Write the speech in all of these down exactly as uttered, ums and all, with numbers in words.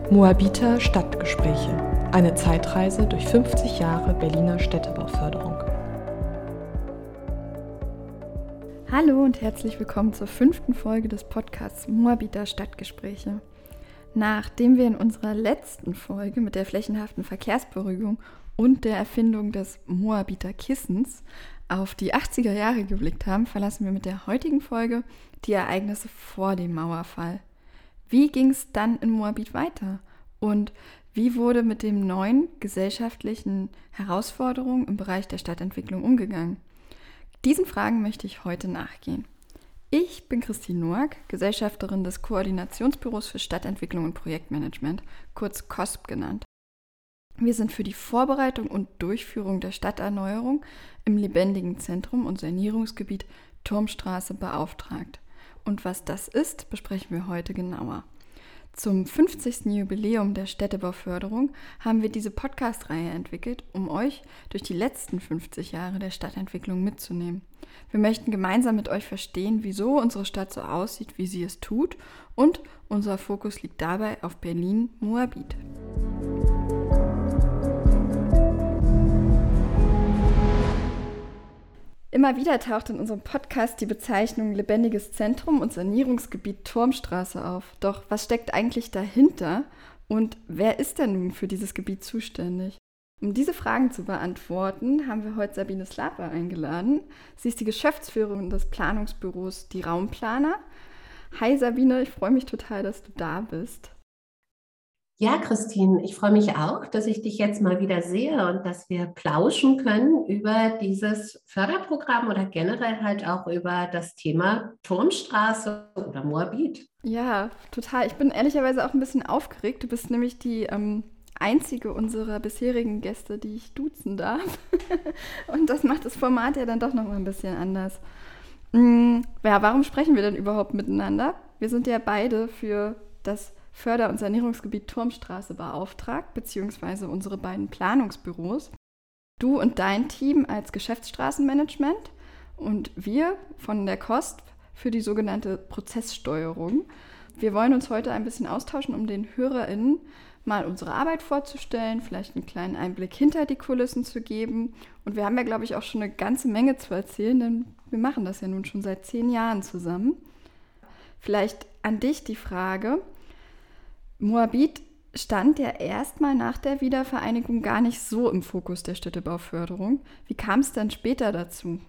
Moabiter Stadtgespräche. Eine Zeitreise durch fünfzig Jahre Berliner Städtebauförderung. Hallo und herzlich willkommen zur fünften Folge des Podcasts Moabiter Stadtgespräche. Nachdem wir in unserer letzten Folge mit der flächenhaften Verkehrsberuhigung und der Erfindung des Moabiter Kissens auf die achtziger Jahre geblickt haben, verlassen wir mit der heutigen Folge die Ereignisse vor dem Mauerfall. Wie ging es dann in Moabit weiter? Und wie wurde mit den neuen gesellschaftlichen Herausforderungen im Bereich der Stadtentwicklung umgegangen? Diesen Fragen möchte ich heute nachgehen. Ich bin Christine Noack, Gesellschafterin des Koordinationsbüros für Stadtentwicklung und Projektmanagement, kurz K O S P genannt. Wir sind für die Vorbereitung und Durchführung der Stadterneuerung im lebendigen Zentrum und Sanierungsgebiet Turmstraße beauftragt. Und was das ist, besprechen wir heute genauer. Zum fünfzigsten Jubiläum der Städtebauförderung haben wir diese Podcast-Reihe entwickelt, um euch durch die letzten fünfzig Jahre der Stadtentwicklung mitzunehmen. Wir möchten gemeinsam mit euch verstehen, wieso unsere Stadt so aussieht, wie sie es tut, und unser Fokus liegt dabei auf Berlin-Moabit. Immer wieder taucht in unserem Podcast die Bezeichnung lebendiges Zentrum und Sanierungsgebiet Turmstraße auf. Doch was steckt eigentlich dahinter und wer ist denn nun für dieses Gebiet zuständig? Um diese Fragen zu beantworten, haben wir heute Sabine Slaper eingeladen. Sie ist die Geschäftsführerin des Planungsbüros Die Raumplaner. Hi Sabine, ich freue mich total, dass du da bist. Ja, Christine, ich freue mich auch, dass ich dich jetzt mal wieder sehe und dass wir plauschen können über dieses Förderprogramm oder generell halt auch über das Thema Turmstraße oder Moabit. Ja, total. Ich bin ehrlicherweise auch ein bisschen aufgeregt. Du bist nämlich die ähm, einzige unserer bisherigen Gäste, die ich duzen darf. Und das macht das Format ja dann doch noch mal ein bisschen anders. Hm, ja, warum sprechen wir denn überhaupt miteinander? Wir sind ja beide für das Förder- und Sanierungsgebiet Turmstraße beauftragt, beziehungsweise unsere beiden Planungsbüros. Du und dein Team als Geschäftsstraßenmanagement und wir von der K O S P für die sogenannte Prozesssteuerung. Wir wollen uns heute ein bisschen austauschen, um den HörerInnen mal unsere Arbeit vorzustellen, vielleicht einen kleinen Einblick hinter die Kulissen zu geben. Und wir haben ja, glaube ich, auch schon eine ganze Menge zu erzählen, denn wir machen das ja nun schon seit zehn Jahren zusammen. Vielleicht an dich die Frage: Moabit stand ja erstmal nach der Wiedervereinigung gar nicht so im Fokus der Städtebauförderung. Wie kam es dann später dazu?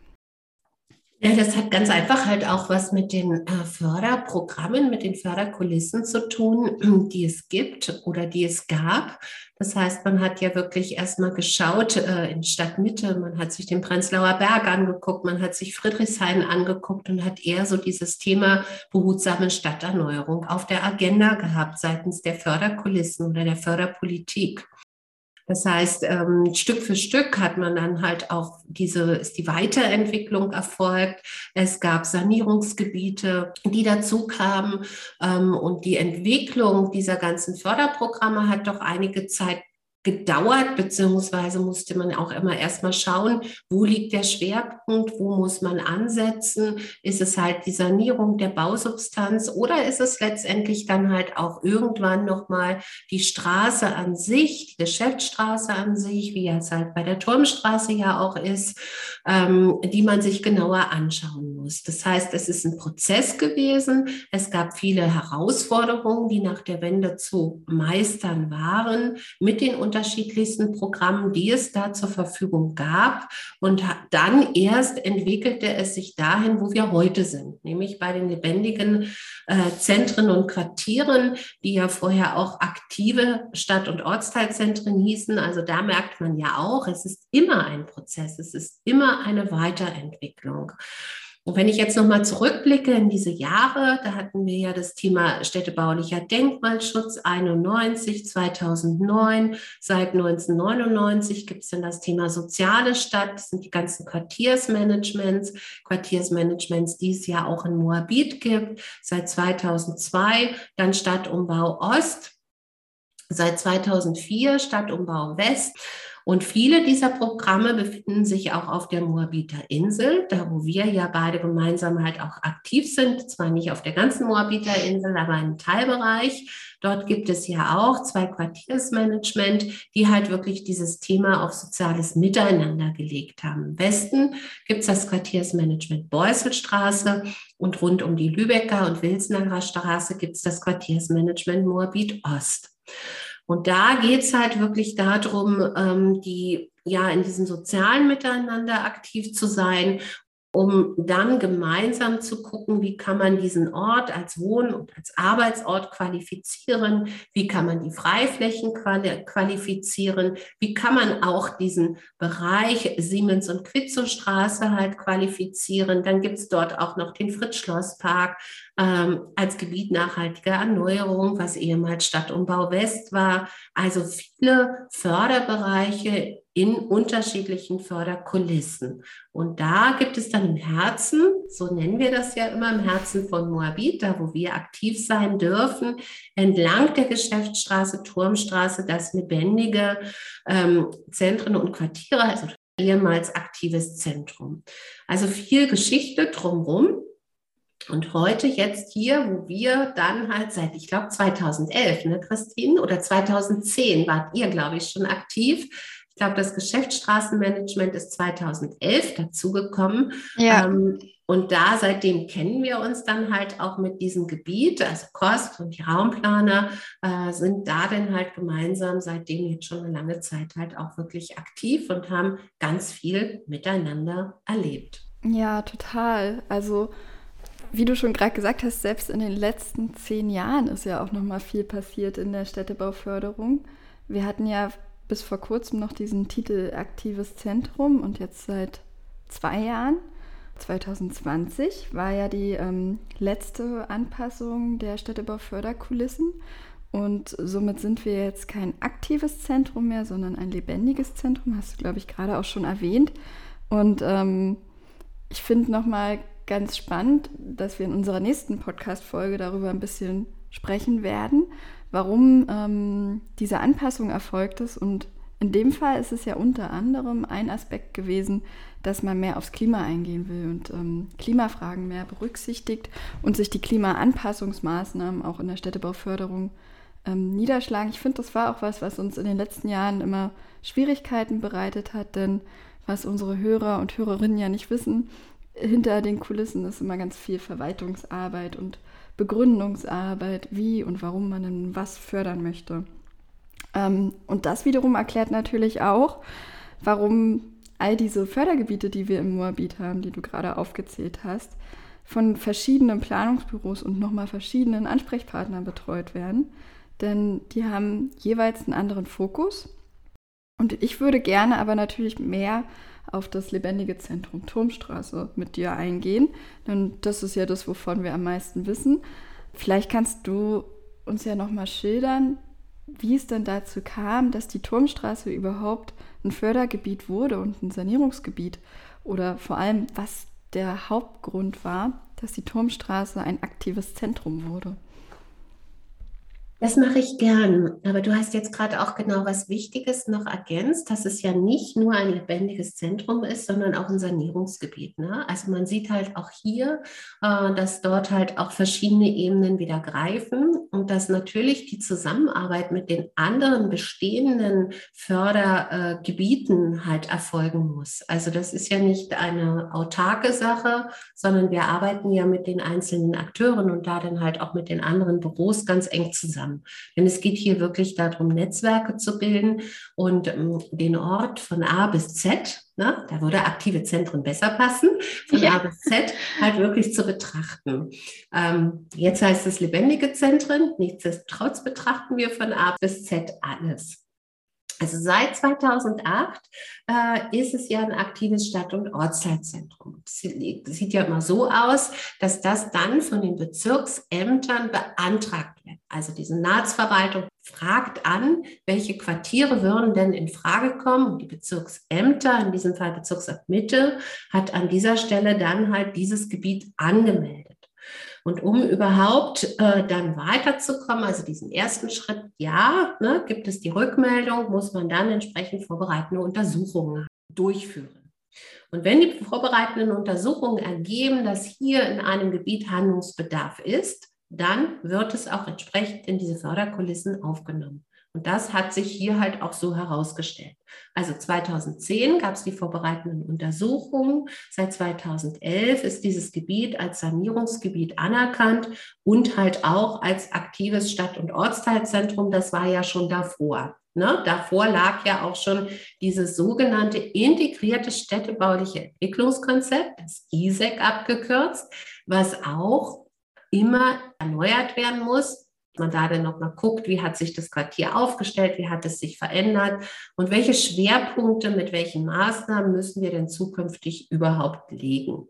Ja, das hat ganz einfach halt auch was mit den äh, Förderprogrammen, mit den Förderkulissen zu tun, die es gibt oder die es gab. Das heißt, man hat ja wirklich erstmal geschaut äh, in Stadtmitte, man hat sich den Prenzlauer Berg angeguckt, man hat sich Friedrichshain angeguckt und hat eher so dieses Thema behutsame Stadterneuerung auf der Agenda gehabt seitens der Förderkulissen oder der Förderpolitik. Das heißt, ähm, Stück für Stück hat man dann halt auch diese, ist die Weiterentwicklung erfolgt. Es gab Sanierungsgebiete, die dazu kamen. Ähm, und die Entwicklung dieser ganzen Förderprogramme hat doch einige Zeit gedauert, beziehungsweise musste man auch immer erstmal schauen, wo liegt der Schwerpunkt, wo muss man ansetzen? Ist es halt die Sanierung der Bausubstanz oder ist es letztendlich dann halt auch irgendwann nochmal die Straße an sich, die Geschäftsstraße an sich, wie es halt bei der Turmstraße ja auch ist, ähm, die man sich genauer anschauen muss. Das heißt, es ist ein Prozess gewesen. Es gab viele Herausforderungen, die nach der Wende zu meistern waren, mit den unterschiedlichsten Programmen, die es da zur Verfügung gab. Und dann erst entwickelte es sich dahin, wo wir heute sind, nämlich bei den lebendigen äh, Zentren und Quartieren, die ja vorher auch aktive Stadt- und Ortsteilzentren hießen. Also da merkt man ja auch, es ist immer ein Prozess, es ist immer eine Weiterentwicklung. Und wenn ich jetzt nochmal zurückblicke in diese Jahre, da hatten wir ja das Thema städtebaulicher Denkmalschutz einundneunzig, zweitausendneun. Seit neunzehnhundertneunundneunzig gibt es dann das Thema soziale Stadt. Das sind die ganzen Quartiersmanagements, Quartiersmanagements, die es ja auch in Moabit gibt. Seit zweitausendzwei dann Stadtumbau Ost. Seit zweitausendvier Stadtumbau West. Und viele dieser Programme befinden sich auch auf der Moabiter Insel, da wo wir ja beide gemeinsam halt auch aktiv sind, zwar nicht auf der ganzen Moabiter Insel, aber im Teilbereich. Dort gibt es ja auch zwei Quartiersmanagement, die halt wirklich dieses Thema auf soziales Miteinander gelegt haben. Im Westen gibt es das Quartiersmanagement Beusselstraße und rund um die Lübecker und Wilsnacher Straße gibt es das Quartiersmanagement Moabit Ost. Und da geht es halt wirklich darum, ähm, die ja in diesem sozialen Miteinander aktiv zu sein, um dann gemeinsam zu gucken, wie kann man diesen Ort als Wohn- und als Arbeitsort qualifizieren, wie kann man die Freiflächen quali- qualifizieren, wie kann man auch diesen Bereich Siemens- und Quitzow-Straße halt qualifizieren. Dann gibt es dort auch noch den Fritz-Schloss-Park ähm, als Gebiet nachhaltiger Erneuerung, was ehemals Stadtumbau West war. Also viele Förderbereiche in unterschiedlichen Förderkulissen. Und da gibt es dann im Herzen, so nennen wir das ja immer, im Herzen von Moabit, da wo wir aktiv sein dürfen, entlang der Geschäftsstraße, Turmstraße, das lebendige ähm, Zentren und Quartiere, also ehemals aktives Zentrum. Also viel Geschichte drumherum. Und heute jetzt hier, wo wir dann halt seit, ich glaube zweitausendelf, ne Christine, oder zweitausendzehn wart ihr, glaube ich, schon aktiv. Ich glaube, das Geschäftsstraßenmanagement ist zweitausendelf dazugekommen. Ja. Ähm, und da seitdem kennen wir uns dann halt auch mit diesem Gebiet, also Kost und die Raumplaner äh, sind da dann halt gemeinsam seitdem jetzt schon eine lange Zeit halt auch wirklich aktiv und haben ganz viel miteinander erlebt. Ja, total. Also wie du schon gerade gesagt hast, selbst in den letzten zehn Jahren ist ja auch noch mal viel passiert in der Städtebauförderung. Wir hatten ja bis vor kurzem noch diesen Titel Aktives Zentrum und jetzt seit zwei Jahren, zwanzig zwanzig, war ja die ähm, letzte Anpassung der Städtebauförderkulissen und somit sind wir jetzt kein aktives Zentrum mehr, sondern ein lebendiges Zentrum, hast du, glaube ich, gerade auch schon erwähnt. Und ähm, ich finde nochmal ganz spannend, dass wir in unserer nächsten Podcast-Folge darüber ein bisschen sprechen werden, warum ähm, diese Anpassung erfolgt ist. Und in dem Fall ist es ja unter anderem ein Aspekt gewesen, dass man mehr aufs Klima eingehen will und ähm, Klimafragen mehr berücksichtigt und sich die Klimaanpassungsmaßnahmen auch in der Städtebauförderung ähm, niederschlagen. Ich finde, das war auch was, was uns in den letzten Jahren immer Schwierigkeiten bereitet hat, denn was unsere Hörer und Hörerinnen ja nicht wissen, hinter den Kulissen ist immer ganz viel Verwaltungsarbeit und Begründungsarbeit, wie und warum man denn was fördern möchte. Ähm, und das wiederum erklärt natürlich auch, warum all diese Fördergebiete, die wir im Moabit haben, die du gerade aufgezählt hast, von verschiedenen Planungsbüros und nochmal verschiedenen Ansprechpartnern betreut werden. Denn die haben jeweils einen anderen Fokus. Und ich würde gerne aber natürlich mehr auf das lebendige Zentrum Turmstraße mit dir eingehen, denn das ist ja das, wovon wir am meisten wissen. Vielleicht kannst du uns ja nochmal schildern, wie es denn dazu kam, dass die Turmstraße überhaupt ein Fördergebiet wurde und ein Sanierungsgebiet oder vor allem, was der Hauptgrund war, dass die Turmstraße ein aktives Zentrum wurde. Das mache ich gern, aber du hast jetzt gerade auch genau was Wichtiges noch ergänzt, dass es ja nicht nur ein lebendiges Zentrum ist, sondern auch ein Sanierungsgebiet. Ne? Also man sieht halt auch hier, äh, dass dort halt auch verschiedene Ebenen wieder greifen und dass natürlich die Zusammenarbeit mit den anderen bestehenden Fördergebieten äh, halt erfolgen muss. Also das ist ja nicht eine autarke Sache, sondern wir arbeiten ja mit den einzelnen Akteuren und da dann halt auch mit den anderen Büros ganz eng zusammen. Denn es geht hier wirklich darum, Netzwerke zu bilden und ähm, den Ort von A bis Z, ne, da würde aktive Zentren besser passen, von ja. A bis Z halt wirklich zu betrachten. Ähm, jetzt heißt es lebendige Zentren, nichtsdestotrotz betrachten wir von A bis Z alles. Also seit zweitausendacht äh, ist es ja ein aktives Stadt- und Ortsteilzentrum. Es sieht ja immer so aus, dass das dann von den Bezirksämtern beantragt wird. Also die Senatsverwaltung fragt an, welche Quartiere würden denn in Frage kommen. Und die Bezirksämter, in diesem Fall Bezirksamt Mitte, hat an dieser Stelle dann halt dieses Gebiet angemeldet. Und um überhaupt äh, dann weiterzukommen, also diesen ersten Schritt, ja, ne, gibt es die Rückmeldung, muss man dann entsprechend vorbereitende Untersuchungen durchführen. Und wenn die vorbereitenden Untersuchungen ergeben, dass hier in einem Gebiet Handlungsbedarf ist, dann wird es auch entsprechend in diese Förderkulissen aufgenommen. Und das hat sich hier halt auch so herausgestellt. Also zweitausendzehn gab es die vorbereitenden Untersuchungen. Seit zweitausendelf ist dieses Gebiet als Sanierungsgebiet anerkannt und halt auch als aktives Stadt- und Ortsteilzentrum. Das war ja schon davor. Ne? Davor lag ja auch schon dieses sogenannte integrierte städtebauliche Entwicklungskonzept, das I S E C abgekürzt, was auch immer erneuert werden muss. Man da dann nochmal guckt, wie hat sich das Quartier aufgestellt, wie hat es sich verändert und welche Schwerpunkte mit welchen Maßnahmen müssen wir denn zukünftig überhaupt legen.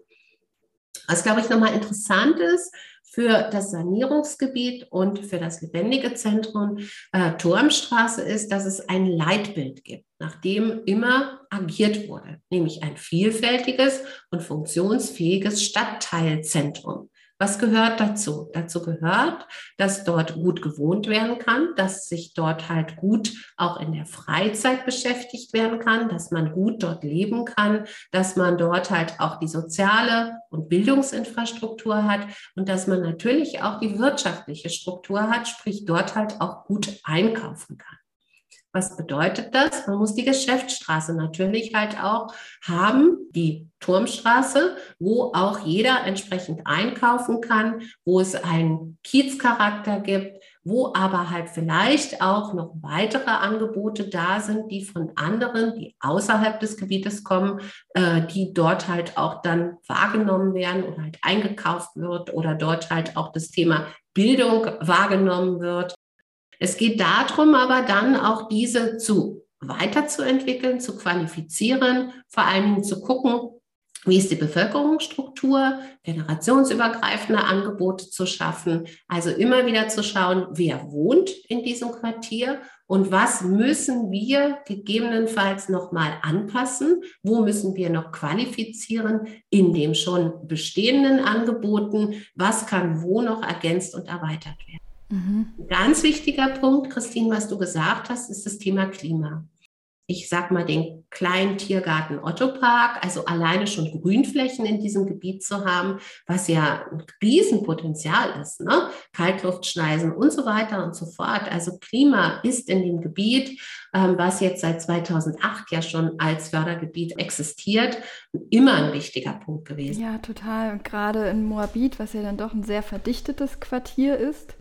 Was, glaube ich, nochmal interessant ist für das Sanierungsgebiet und für das lebendige Zentrum äh, Turmstraße ist, dass es ein Leitbild gibt, nach dem immer agiert wurde, nämlich ein vielfältiges und funktionsfähiges Stadtteilzentrum. Was gehört dazu? Dazu gehört, dass dort gut gewohnt werden kann, dass sich dort halt gut auch in der Freizeit beschäftigt werden kann, dass man gut dort leben kann, dass man dort halt auch die soziale und Bildungsinfrastruktur hat und dass man natürlich auch die wirtschaftliche Struktur hat, sprich dort halt auch gut einkaufen kann. Was bedeutet das? Man muss die Geschäftsstraße natürlich halt auch haben, die Turmstraße, wo auch jeder entsprechend einkaufen kann, wo es einen Kiezcharakter gibt, wo aber halt vielleicht auch noch weitere Angebote da sind, die von anderen, die außerhalb des Gebietes kommen, äh, die dort halt auch dann wahrgenommen werden oder halt eingekauft wird oder dort halt auch das Thema Bildung wahrgenommen wird. Es geht darum, aber dann auch diese zu weiterzuentwickeln, zu qualifizieren, vor allen Dingen zu gucken, wie ist die Bevölkerungsstruktur, generationsübergreifende Angebote zu schaffen, also immer wieder zu schauen, wer wohnt in diesem Quartier und was müssen wir gegebenenfalls nochmal anpassen, wo müssen wir noch qualifizieren in den schon bestehenden Angeboten, was kann wo noch ergänzt und erweitert werden. Mhm. Ganz wichtiger Punkt, Christine, was du gesagt hast, ist das Thema Klima. Ich sag mal den kleinen Tiergarten Ottopark, also alleine schon Grünflächen in diesem Gebiet zu haben, was ja ein Riesenpotenzial ist, ne? Kaltluftschneisen und so weiter und so fort. Also Klima ist in dem Gebiet, ähm, was jetzt seit zweitausendacht ja schon als Fördergebiet existiert, immer ein wichtiger Punkt gewesen. Ja, total. Und gerade in Moabit, was ja dann doch ein sehr verdichtetes Quartier ist,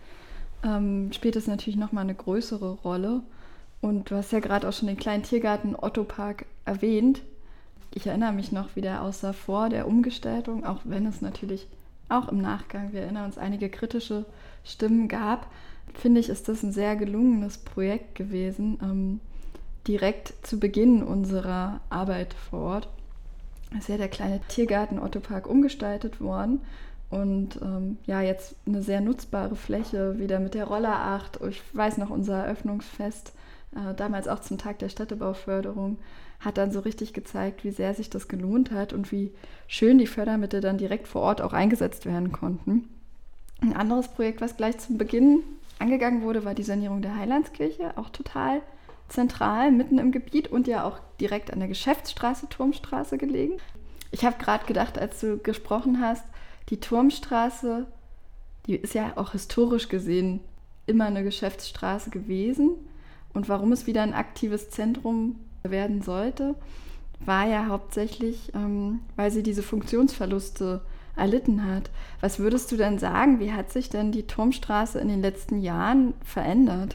ähm, spielt es natürlich nochmal eine größere Rolle. Und du hast ja gerade auch schon den kleinen Tiergarten Ottopark erwähnt. Ich erinnere mich noch, wie der aussah vor der Umgestaltung, auch wenn es natürlich auch im Nachgang, wir erinnern uns, einige kritische Stimmen gab. Finde ich, ist das ein sehr gelungenes Projekt gewesen, ähm, direkt zu Beginn unserer Arbeit vor Ort. Ist ja der kleine Tiergarten Ottopark umgestaltet worden. Und ähm, ja, jetzt eine sehr nutzbare Fläche, wieder mit der Rolleracht. Ich weiß noch, unser Eröffnungsfest, äh, damals auch zum Tag der Städtebauförderung, hat dann so richtig gezeigt, wie sehr sich das gelohnt hat und wie schön die Fördermittel dann direkt vor Ort auch eingesetzt werden konnten. Ein anderes Projekt, was gleich zum Beginn angegangen wurde, war die Sanierung der Heilandskirche, auch total zentral, mitten im Gebiet und ja auch direkt an der Geschäftsstraße, Turmstraße gelegen. Ich habe gerade gedacht, als du gesprochen hast, die Turmstraße, die ist ja auch historisch gesehen immer eine Geschäftsstraße gewesen. Und warum es wieder ein aktives Zentrum werden sollte, war ja hauptsächlich, ähm, weil sie diese Funktionsverluste erlitten hat. Was würdest du denn sagen, wie hat sich denn die Turmstraße in den letzten Jahren verändert?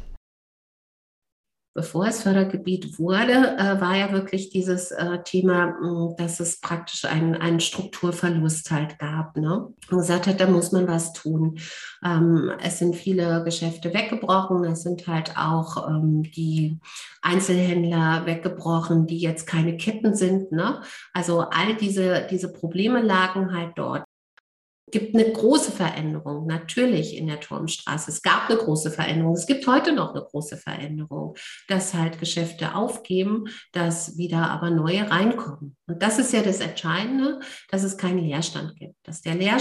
Bevor es Fördergebiet wurde, äh, war ja wirklich dieses äh, Thema, mh, dass es praktisch einen, einen Strukturverlust halt gab, ne? Und gesagt hat, da muss man was tun. Ähm, es sind viele Geschäfte weggebrochen, es sind halt auch ähm, die Einzelhändler weggebrochen, die jetzt keine Ketten sind, ne? Also all diese, diese Probleme lagen halt dort. Es gibt eine große Veränderung, natürlich in der Turmstraße. Es gab eine große Veränderung. Es gibt heute noch eine große Veränderung, dass halt Geschäfte aufgeben, dass wieder aber neue reinkommen. Und das ist ja das Entscheidende, dass es keinen Leerstand gibt. Dass der Leerstand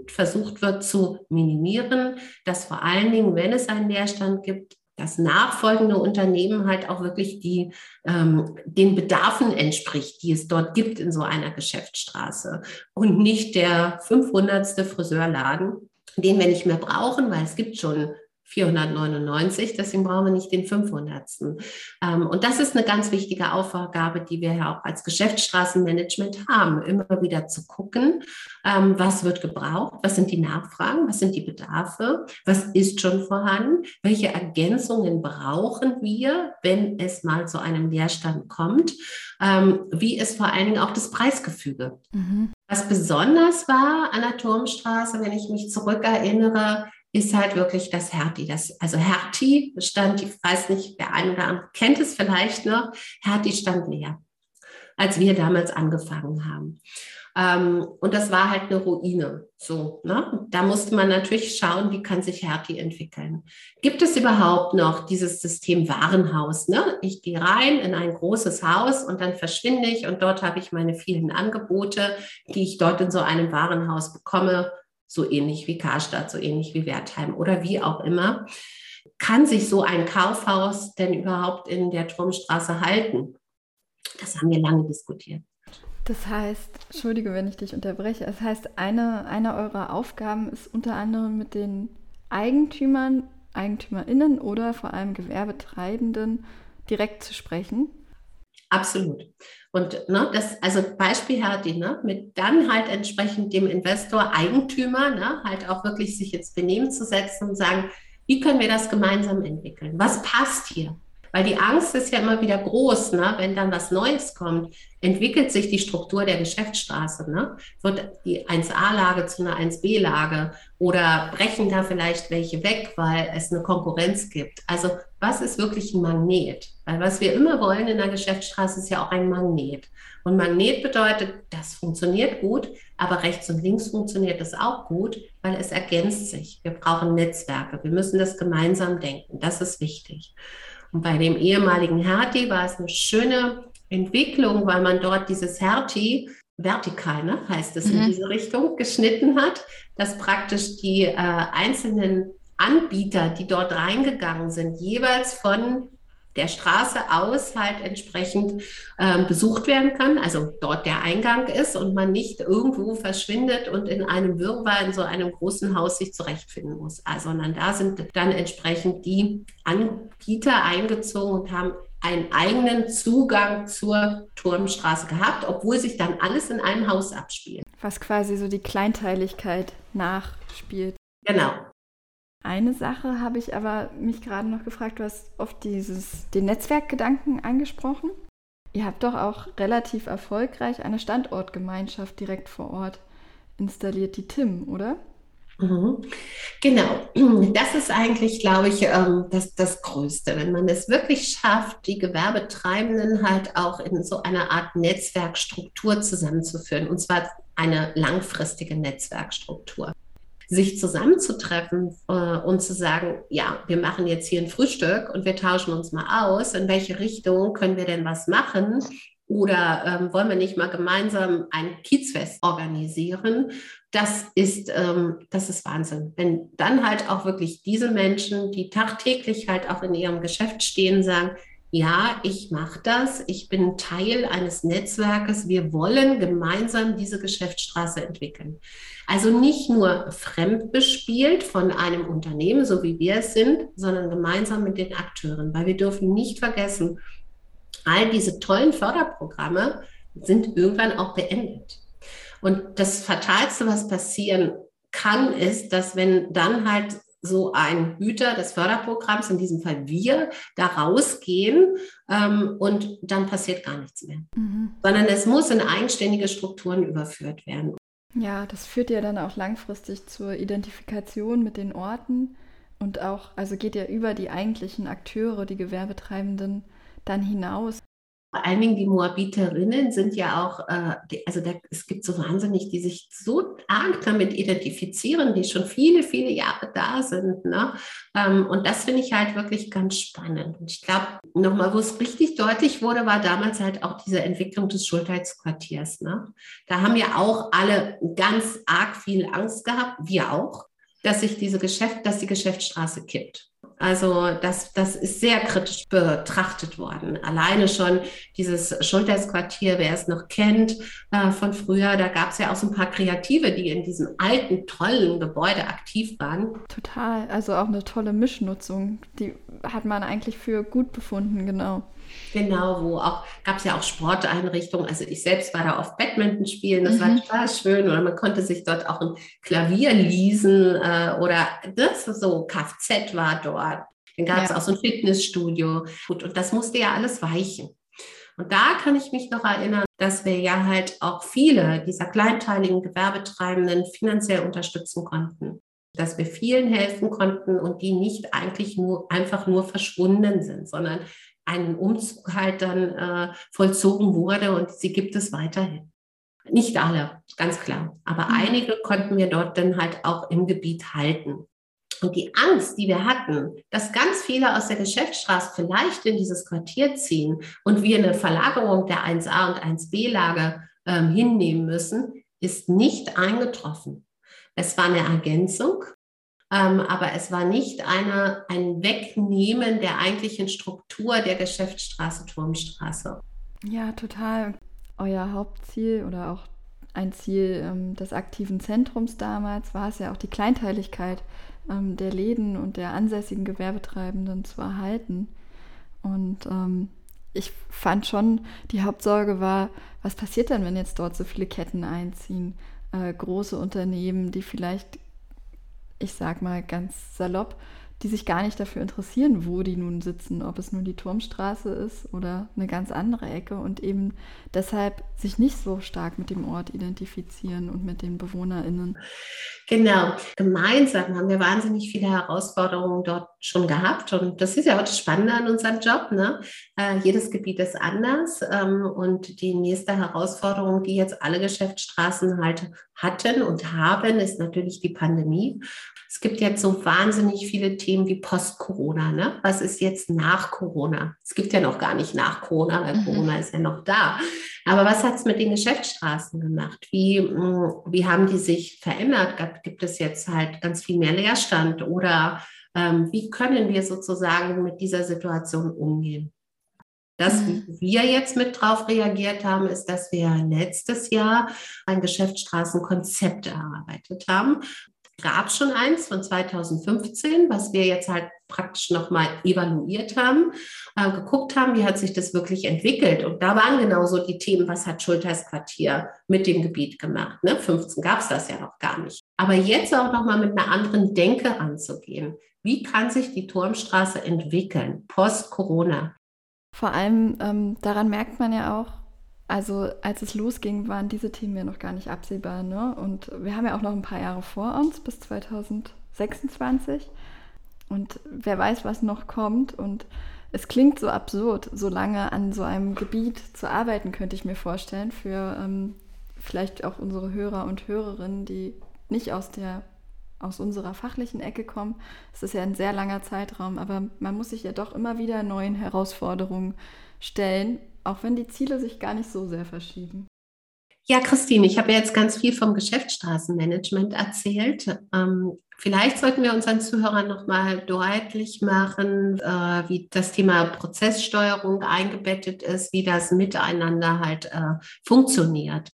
versucht wird zu minimieren, dass vor allen Dingen, wenn es einen Leerstand gibt, das nachfolgende Unternehmen halt auch wirklich die, ähm, den Bedarfen entspricht, die es dort gibt in so einer Geschäftsstraße und nicht der fünfhundertste Friseurladen, den wir nicht mehr brauchen, weil es gibt schon vierhundertneunundneunzig, deswegen brauchen wir nicht den fünfhundertsten. Ähm, und das ist eine ganz wichtige Aufgabe, die wir ja auch als Geschäftsstraßenmanagement haben, immer wieder zu gucken, ähm, was wird gebraucht, was sind die Nachfragen, was sind die Bedarfe, was ist schon vorhanden, welche Ergänzungen brauchen wir, wenn es mal zu einem Leerstand kommt, ähm, wie ist vor allen Dingen auch das Preisgefüge. Mhm. Was besonders war an der Turmstraße, wenn ich mich zurückerinnere, ist halt wirklich das Hertie. Das, also Hertie stand, ich weiß nicht, der eine oder andere kennt es vielleicht noch, Hertie stand leer, als wir damals angefangen haben. Ähm, und das war halt eine Ruine. So, ne? Da musste man natürlich schauen, wie kann sich Hertie entwickeln. Gibt es überhaupt noch dieses System Warenhaus? Ne? Ich gehe rein in ein großes Haus und dann verschwinde ich und dort habe ich meine vielen Angebote, die ich dort in so einem Warenhaus bekomme, so ähnlich wie Karstadt, so ähnlich wie Wertheim oder wie auch immer. Kann sich so ein Kaufhaus denn überhaupt in der Turmstraße halten? Das haben wir lange diskutiert. Das heißt, entschuldige, wenn ich dich unterbreche, das heißt, eine, eine eurer Aufgaben ist unter anderem mit den Eigentümern, EigentümerInnen oder vor allem Gewerbetreibenden direkt zu sprechen. Absolut. Und ne, das, also Beispiel Hertie, ne, mit dann halt entsprechend dem Investor, Eigentümer, ne, halt auch wirklich sich ins Benehmen zu setzen und sagen, wie können wir das gemeinsam entwickeln? Was passt hier? Weil die Angst ist ja immer wieder groß, ne? Wenn dann was Neues kommt, entwickelt sich die Struktur der Geschäftsstraße. Ne? Wird die eins a-Lage zu einer eins b-Lage oder brechen da vielleicht welche weg, weil es eine Konkurrenz gibt? Also was ist wirklich ein Magnet? Weil was wir immer wollen in der Geschäftsstraße ist ja auch ein Magnet. Und Magnet bedeutet, das funktioniert gut, aber rechts und links funktioniert das auch gut, weil es ergänzt sich. Wir brauchen Netzwerke, wir müssen das gemeinsam denken, das ist wichtig. Und bei dem ehemaligen Hertie war es eine schöne Entwicklung, weil man dort dieses Hertie vertikal, ne, heißt es, mhm. in diese Richtung geschnitten hat, dass praktisch die äh, einzelnen Anbieter, die dort reingegangen sind, jeweils von der Straße aus halt entsprechend ähm, besucht werden kann, also dort der Eingang ist und man nicht irgendwo verschwindet und in einem Wirrwarr in so einem großen Haus sich zurechtfinden muss. Also, sondern da sind dann entsprechend die Anbieter eingezogen und haben einen eigenen Zugang zur Turmstraße gehabt, obwohl sich dann alles in einem Haus abspielt. Was quasi so die Kleinteiligkeit nachspielt. Genau. Eine Sache habe ich aber mich gerade noch gefragt, du hast oft dieses, den Netzwerkgedanken angesprochen. Ihr habt doch auch relativ erfolgreich eine Standortgemeinschaft direkt vor Ort installiert, die T I M, oder? Mhm. Genau, das ist eigentlich, glaube ich, das, das Größte, wenn man es wirklich schafft, die Gewerbetreibenden halt auch in so einer Art Netzwerkstruktur zusammenzuführen, und zwar eine langfristige Netzwerkstruktur. Sich zusammenzutreffen äh, und zu sagen, ja, wir machen jetzt hier ein Frühstück und wir tauschen uns mal aus, in welche Richtung können wir denn was machen? Oder ähm, wollen wir nicht mal gemeinsam ein Kiezfest organisieren? Das ist, ähm, das ist Wahnsinn. Wenn dann halt auch wirklich diese Menschen, die tagtäglich halt auch in ihrem Geschäft stehen, sagen, ja, ich mache das, ich bin Teil eines Netzwerkes, wir wollen gemeinsam diese Geschäftsstraße entwickeln. Also nicht nur fremdbespielt von einem Unternehmen, so wie wir es sind, sondern gemeinsam mit den Akteuren, weil wir dürfen nicht vergessen, all diese tollen Förderprogramme sind irgendwann auch beendet. Und das Fatalste, was passieren kann, ist, dass wenn dann halt so ein Hüter des Förderprogramms, in diesem Fall wir, da rausgehen ähm, und dann passiert gar nichts mehr. Mhm. Sondern es muss in eigenständige Strukturen überführt werden. Ja, das führt ja dann auch langfristig zur Identifikation mit den Orten und auch, also geht ja über die eigentlichen Akteure, die Gewerbetreibenden, dann hinaus. Vor allen Dingen die Moabiterinnen sind ja auch, äh, die, also da, es gibt so wahnsinnig, die sich so arg damit identifizieren, die schon viele, viele Jahre da sind. Ne? Ähm, und das finde ich halt wirklich ganz spannend. Und ich glaube, nochmal, wo es richtig deutlich wurde, war damals halt auch diese Entwicklung des Schultheißquartiers. Ne? Da haben ja auch alle ganz arg viel Angst gehabt, wir auch, dass sich diese Geschäft, dass die Geschäftsstraße kippt. Also das, das ist sehr kritisch betrachtet worden. Alleine schon dieses Schultheißquartier, wer es noch kennt äh, von früher, da gab es ja auch so ein paar Kreative, die in diesem alten, tollen Gebäude aktiv waren. Total, also auch eine tolle Mischnutzung, die hat man eigentlich für gut befunden, genau. Genau, wo auch, gab es ja auch Sporteinrichtungen, also ich selbst war da oft Badminton spielen, das mhm. war total schön, oder man konnte sich dort auch ein Klavier leasen äh, oder das so, Kfz war dort, dann gab es ja auch so ein Fitnessstudio. Gut, und das musste ja alles weichen. Und da kann ich mich noch erinnern, dass wir ja halt auch viele dieser kleinteiligen Gewerbetreibenden finanziell unterstützen konnten, dass wir vielen helfen konnten und die nicht eigentlich nur einfach nur verschwunden sind, sondern einen Umzug halt dann äh, vollzogen wurde und sie gibt es weiterhin. Nicht alle, ganz klar, aber mhm. einige konnten wir dort dann halt auch im Gebiet halten. Und die Angst, die wir hatten, dass ganz viele aus der Geschäftsstraße vielleicht in dieses Quartier ziehen und wir eine Verlagerung der eins a und eins b Lage ähm, hinnehmen müssen, ist nicht eingetroffen. Es war eine Ergänzung. Ähm, aber es war nicht eine, ein Wegnehmen der eigentlichen Struktur der Geschäftsstraße Turmstraße. Ja, total. Euer Hauptziel oder auch ein Ziel ähm, des aktiven Zentrums damals war es ja auch, die Kleinteiligkeit ähm, der Läden und der ansässigen Gewerbetreibenden zu erhalten. Und ähm, ich fand schon, die Hauptsorge war, was passiert denn, wenn jetzt dort so viele Ketten einziehen? Äh, große Unternehmen, die vielleicht, ich sag mal ganz salopp, die sich gar nicht dafür interessieren, wo die nun sitzen, ob es nun die Turmstraße ist oder eine ganz andere Ecke und eben deshalb sich nicht so stark mit dem Ort identifizieren und mit den BewohnerInnen. Genau, gemeinsam haben wir wahnsinnig viele Herausforderungen dort schon gehabt und das ist ja auch das Spannende an unserem Job, ne? Äh, jedes Gebiet ist anders ähm, und die nächste Herausforderung, die jetzt alle Geschäftsstraßen halt hatten und haben, ist natürlich die Pandemie. Es gibt jetzt so wahnsinnig viele Themen wie Post-Corona. Ne? Was ist jetzt nach Corona? Es gibt ja noch gar nicht nach Corona, weil mhm. Corona ist ja noch da. Aber was hat es mit den Geschäftsstraßen gemacht? Wie, wie haben die sich verändert? Gibt es jetzt halt ganz viel mehr Leerstand? Oder ähm, wie können wir sozusagen mit dieser Situation umgehen? Das, wie wir jetzt mit drauf reagiert haben, ist, dass wir letztes Jahr ein Geschäftsstraßenkonzept erarbeitet haben. Gab schon eins von zweitausendfünfzehn, was wir jetzt halt praktisch nochmal evaluiert haben, äh, geguckt haben, wie hat sich das wirklich entwickelt. Und da waren genauso die Themen, was hat Schultheißquartier mit dem Gebiet gemacht. Ne? fünfzehn gab es das ja noch gar nicht. Aber jetzt auch nochmal mit einer anderen Denke anzugehen. Wie kann sich die Turmstraße entwickeln, post-Corona? Vor allem ähm, daran merkt man ja auch, also als es losging, waren diese Themen ja noch gar nicht absehbar. Ne? Und wir haben ja auch noch ein paar Jahre vor uns, bis zweitausendsechsundzwanzig. Und wer weiß, was noch kommt. Und es klingt so absurd, so lange an so einem Gebiet zu arbeiten, könnte ich mir vorstellen, für ähm, vielleicht auch unsere Hörer und Hörerinnen, die nicht aus der aus unserer fachlichen Ecke kommen. Es ist ja ein sehr langer Zeitraum, aber man muss sich ja doch immer wieder neuen Herausforderungen stellen, auch wenn die Ziele sich gar nicht so sehr verschieben. Ja, Christine, ich habe ja jetzt ganz viel vom Geschäftsstraßenmanagement erzählt. Ähm, vielleicht sollten wir unseren Zuhörern nochmal deutlich machen, äh, wie das Thema Prozesssteuerung eingebettet ist, wie das miteinander halt äh, funktioniert.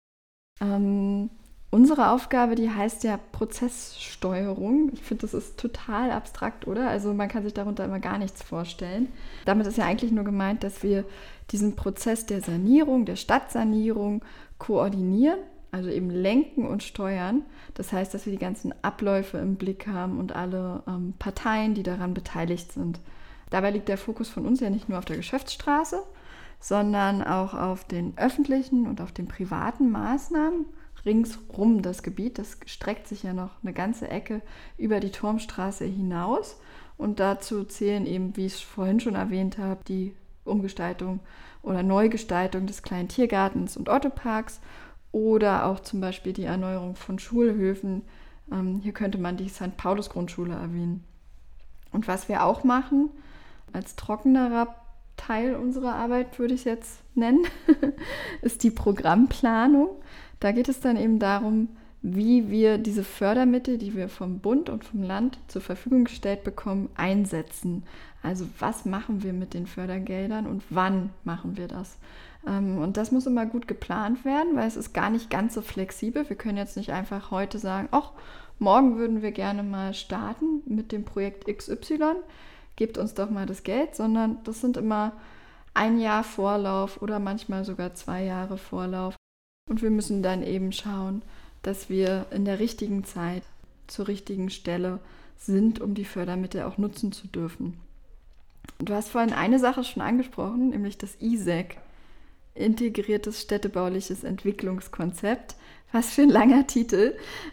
Ähm, unsere Aufgabe, die heißt ja Prozesssteuerung. Ich finde, das ist total abstrakt, oder? Also man kann sich darunter immer gar nichts vorstellen. Damit ist ja eigentlich nur gemeint, dass wir diesen Prozess der Sanierung, der Stadtsanierung koordinieren, also eben lenken und steuern. Das heißt, dass wir die ganzen Abläufe im Blick haben und alle ähm, Parteien, die daran beteiligt sind. Dabei liegt der Fokus von uns ja nicht nur auf der Geschäftsstraße, sondern auch auf den öffentlichen und auf den privaten Maßnahmen ringsrum das Gebiet. Das streckt sich ja noch eine ganze Ecke über die Turmstraße hinaus. Und dazu zählen eben, wie ich es vorhin schon erwähnt habe, die Umgestaltung oder Neugestaltung des kleinen Tiergartens und Ottoparks oder auch zum Beispiel die Erneuerung von Schulhöfen. Ähm, hier könnte man die Sankt Paulus Grundschule erwähnen. Und was wir auch machen, als trockenerer Teil unserer Arbeit, würde ich es jetzt nennen, ist die Programmplanung. Da geht es dann eben darum, wie wir diese Fördermittel, die wir vom Bund und vom Land zur Verfügung gestellt bekommen, einsetzen. Also was machen wir mit den Fördergeldern und wann machen wir das? Und das muss immer gut geplant werden, weil es ist gar nicht ganz so flexibel. Wir können jetzt nicht einfach heute sagen, ach, morgen würden wir gerne mal starten mit dem Projekt X Y, gebt uns doch mal das Geld, sondern das sind immer ein Jahr Vorlauf oder manchmal sogar zwei Jahre Vorlauf. Und wir müssen dann eben schauen, dass wir in der richtigen Zeit zur richtigen Stelle sind, um die Fördermittel auch nutzen zu dürfen. Du hast vorhin eine Sache schon angesprochen, nämlich das I S E C, Integriertes städtebauliches Entwicklungskonzept. Was für ein langer Titel.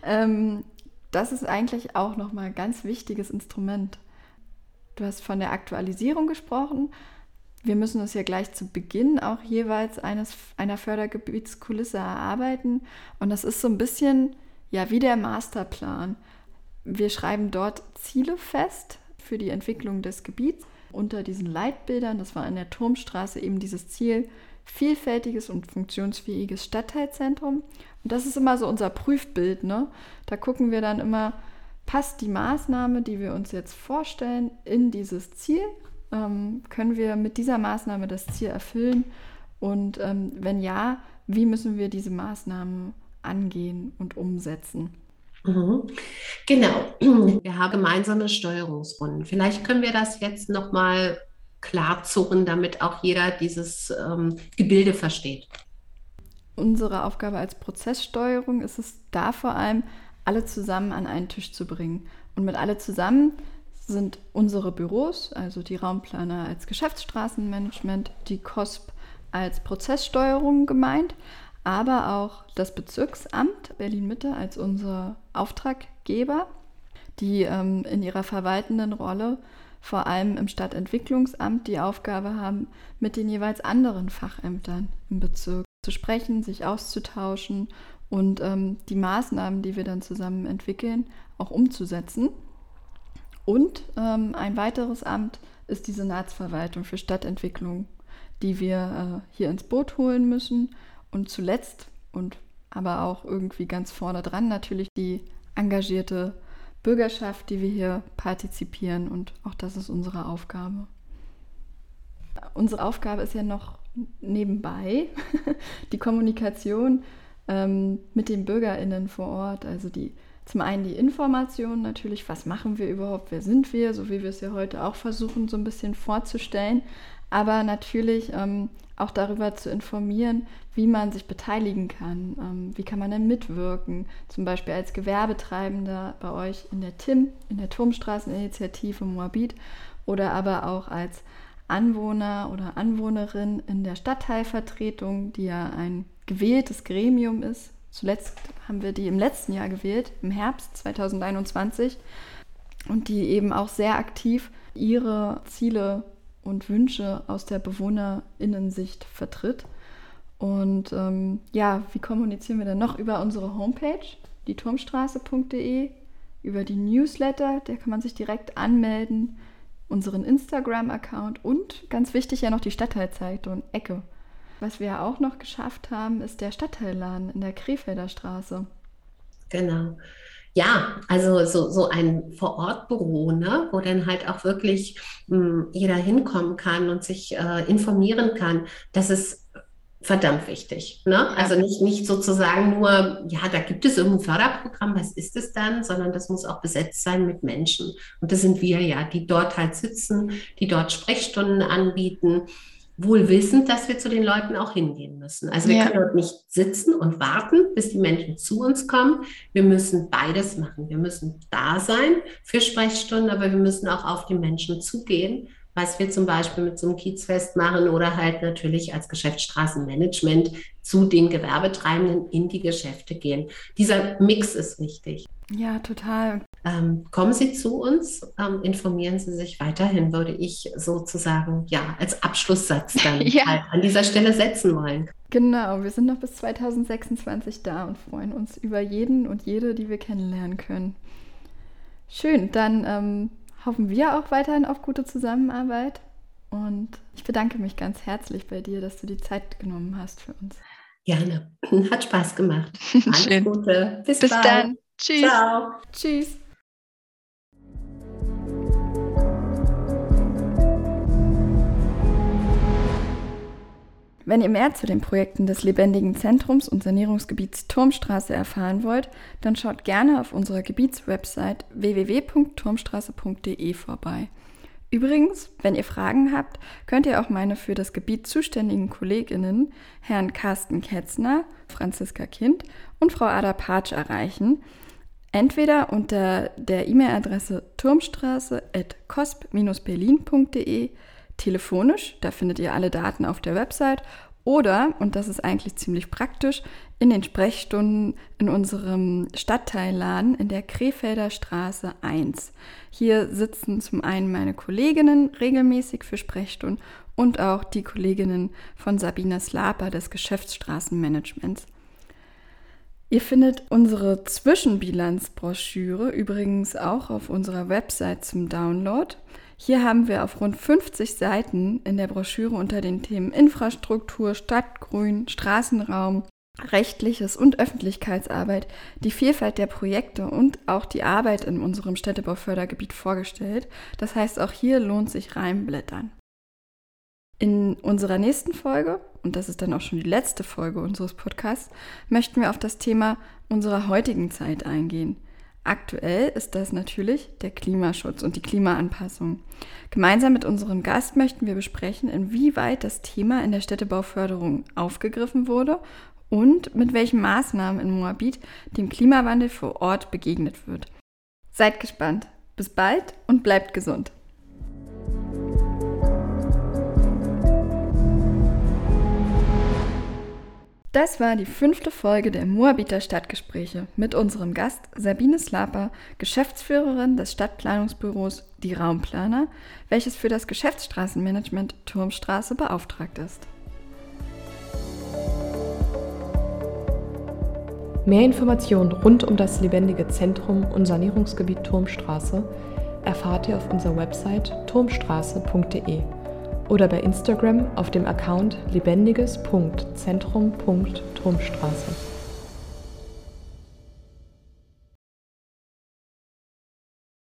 Das ist eigentlich auch nochmal ein ganz wichtiges Instrument. Du hast von der Aktualisierung gesprochen. Wir müssen uns ja gleich zu Beginn auch jeweils eines, einer Fördergebietskulisse erarbeiten. Und das ist so ein bisschen ja, wie der Masterplan. Wir schreiben dort Ziele fest für die Entwicklung des Gebiets. Unter diesen Leitbildern, das war in der Turmstraße eben dieses Ziel, vielfältiges und funktionsfähiges Stadtteilzentrum. Und das ist immer so unser Prüfbild, ne? Da gucken wir dann immer, passt die Maßnahme, die wir uns jetzt vorstellen, in dieses Ziel? Ähm, können wir mit dieser Maßnahme das Ziel erfüllen? Und ähm, wenn ja, wie müssen wir diese Maßnahme angehen und umsetzen? Mhm. Genau, wir haben gemeinsame Steuerungsrunden. Vielleicht können wir das jetzt nochmal klar zurren, damit auch jeder dieses ähm, Gebilde versteht. Unsere Aufgabe als Prozesssteuerung ist es da vor allem, alle zusammen an einen Tisch zu bringen. Und mit alle zusammen sind unsere Büros, also die Raumplaner als Geschäftsstraßenmanagement, die K O S P als Prozesssteuerung gemeint, aber auch das Bezirksamt Berlin-Mitte als unser Auftraggeber, die ähm, in ihrer verwaltenden Rolle vor allem im Stadtentwicklungsamt die Aufgabe haben, mit den jeweils anderen Fachämtern im Bezirk zu sprechen, sich auszutauschen und ähm, die Maßnahmen, die wir dann zusammen entwickeln, auch umzusetzen. Und ähm, ein weiteres Amt ist die Senatsverwaltung für Stadtentwicklung, die wir äh, hier ins Boot holen müssen. Und zuletzt und aber auch irgendwie ganz vorne dran natürlich die engagierte Bürgerschaft, die wir hier partizipieren. Und auch das ist unsere Aufgabe. Unsere Aufgabe ist ja noch nebenbei die Kommunikation ähm, mit den BürgerInnen vor Ort. Also die zum einen die Information natürlich, was machen wir überhaupt, wer sind wir, so wie wir es ja heute auch versuchen, so ein bisschen vorzustellen. Aber natürlich ähm, auch darüber zu informieren, wie man sich beteiligen kann, ähm, wie kann man denn mitwirken, zum Beispiel als Gewerbetreibender bei euch in der T I M, in der Turmstraßeninitiative Moabit oder aber auch als Anwohner oder Anwohnerin in der Stadtteilvertretung, die ja ein gewähltes Gremium ist. Zuletzt haben wir die im letzten Jahr gewählt, im Herbst zweitausendeinundzwanzig, und die eben auch sehr aktiv ihre Ziele und Wünsche aus der BewohnerInnensicht vertritt. Und ähm, ja, wie kommunizieren wir denn noch? Über unsere Homepage, die turmstraße punkt de, über die Newsletter, der kann man sich direkt anmelden, unseren Instagram-Account und ganz wichtig ja noch die Stadtteilzeitung Ecke. Was wir ja auch noch geschafft haben, ist der Stadtteilladen in der Krefelder Straße. Genau. Ja, also so, so ein Vorortbüro, ne, wo dann halt auch wirklich mh, jeder hinkommen kann und sich äh, informieren kann, das ist verdammt wichtig. Ne? Also nicht, nicht sozusagen nur, ja, da gibt es irgendein Förderprogramm, was ist es dann, sondern das muss auch besetzt sein mit Menschen. Und das sind wir ja, die dort halt sitzen, die dort Sprechstunden anbieten, wohl wissend, dass wir zu den Leuten auch hingehen müssen. Also wir Ja. können dort nicht sitzen und warten, bis die Menschen zu uns kommen. Wir müssen beides machen. Wir müssen da sein für Sprechstunden, aber wir müssen auch auf die Menschen zugehen, was wir zum Beispiel mit so einem Kiezfest machen oder halt natürlich als Geschäftsstraßenmanagement zu den Gewerbetreibenden in die Geschäfte gehen. Dieser Mix ist wichtig. Ja, total. ähm, kommen Sie zu uns, ähm, informieren Sie sich weiterhin, würde ich sozusagen ja als Abschlusssatz dann Ja. halt an dieser Stelle setzen wollen. Genau, wir sind noch bis zweitausendsechsundzwanzig da und freuen uns über jeden und jede, die wir kennenlernen können. Schön, dann ähm, hoffen wir auch weiterhin auf gute Zusammenarbeit. Und ich bedanke mich ganz herzlich bei dir, dass du die Zeit genommen hast für uns. Gerne. Hat Spaß gemacht. Alles Schön. Gute. Bis, Bis bald. dann. Tschüss. Ciao. Tschüss. Wenn ihr mehr zu den Projekten des Lebendigen Zentrums und Sanierungsgebiets Turmstraße erfahren wollt, dann schaut gerne auf unserer Gebietswebsite w w w punkt turmstraße punkt d e vorbei. Übrigens, wenn ihr Fragen habt, könnt ihr auch meine für das Gebiet zuständigen KollegInnen, Herrn Carsten Ketzner, Franziska Kind und Frau Ada Patsch erreichen. Entweder unter der E-Mail-Adresse turmstraße at cosp dash berlin punkt d e, telefonisch, da findet ihr alle Daten auf der Website, oder, und das ist eigentlich ziemlich praktisch, in den Sprechstunden in unserem Stadtteilladen in der Krefelder Straße eins. Hier sitzen zum einen meine Kolleginnen regelmäßig für Sprechstunden und auch die Kolleginnen von Sabine Slaper des Geschäftsstraßenmanagements. Ihr findet unsere Zwischenbilanzbroschüre übrigens auch auf unserer Website zum Download. Hier haben wir auf rund fünfzig Seiten in der Broschüre unter den Themen Infrastruktur, Stadtgrün, Straßenraum, Rechtliches und Öffentlichkeitsarbeit die Vielfalt der Projekte und auch die Arbeit in unserem Städtebaufördergebiet vorgestellt. Das heißt, auch hier lohnt sich reinblättern. In unserer nächsten Folge, und das ist dann auch schon die letzte Folge unseres Podcasts, möchten wir auf das Thema unserer heutigen Zeit eingehen. Aktuell ist das natürlich der Klimaschutz und die Klimaanpassung. Gemeinsam mit unserem Gast möchten wir besprechen, inwieweit das Thema in der Städtebauförderung aufgegriffen wurde und mit welchen Maßnahmen in Moabit dem Klimawandel vor Ort begegnet wird. Seid gespannt. Bis bald und bleibt gesund. Das war die fünfte Folge der Moabiter Stadtgespräche mit unserem Gast Sabine Slaper, Geschäftsführerin des Stadtplanungsbüros Die Raumplaner, welches für das Geschäftsstraßenmanagement Turmstraße beauftragt ist. Mehr Informationen rund um das lebendige Zentrum und Sanierungsgebiet Turmstraße erfahrt ihr auf unserer Website turmstraße punkt d e oder bei Instagram auf dem Account lebendiges punkt zentrum punkt turmstraße.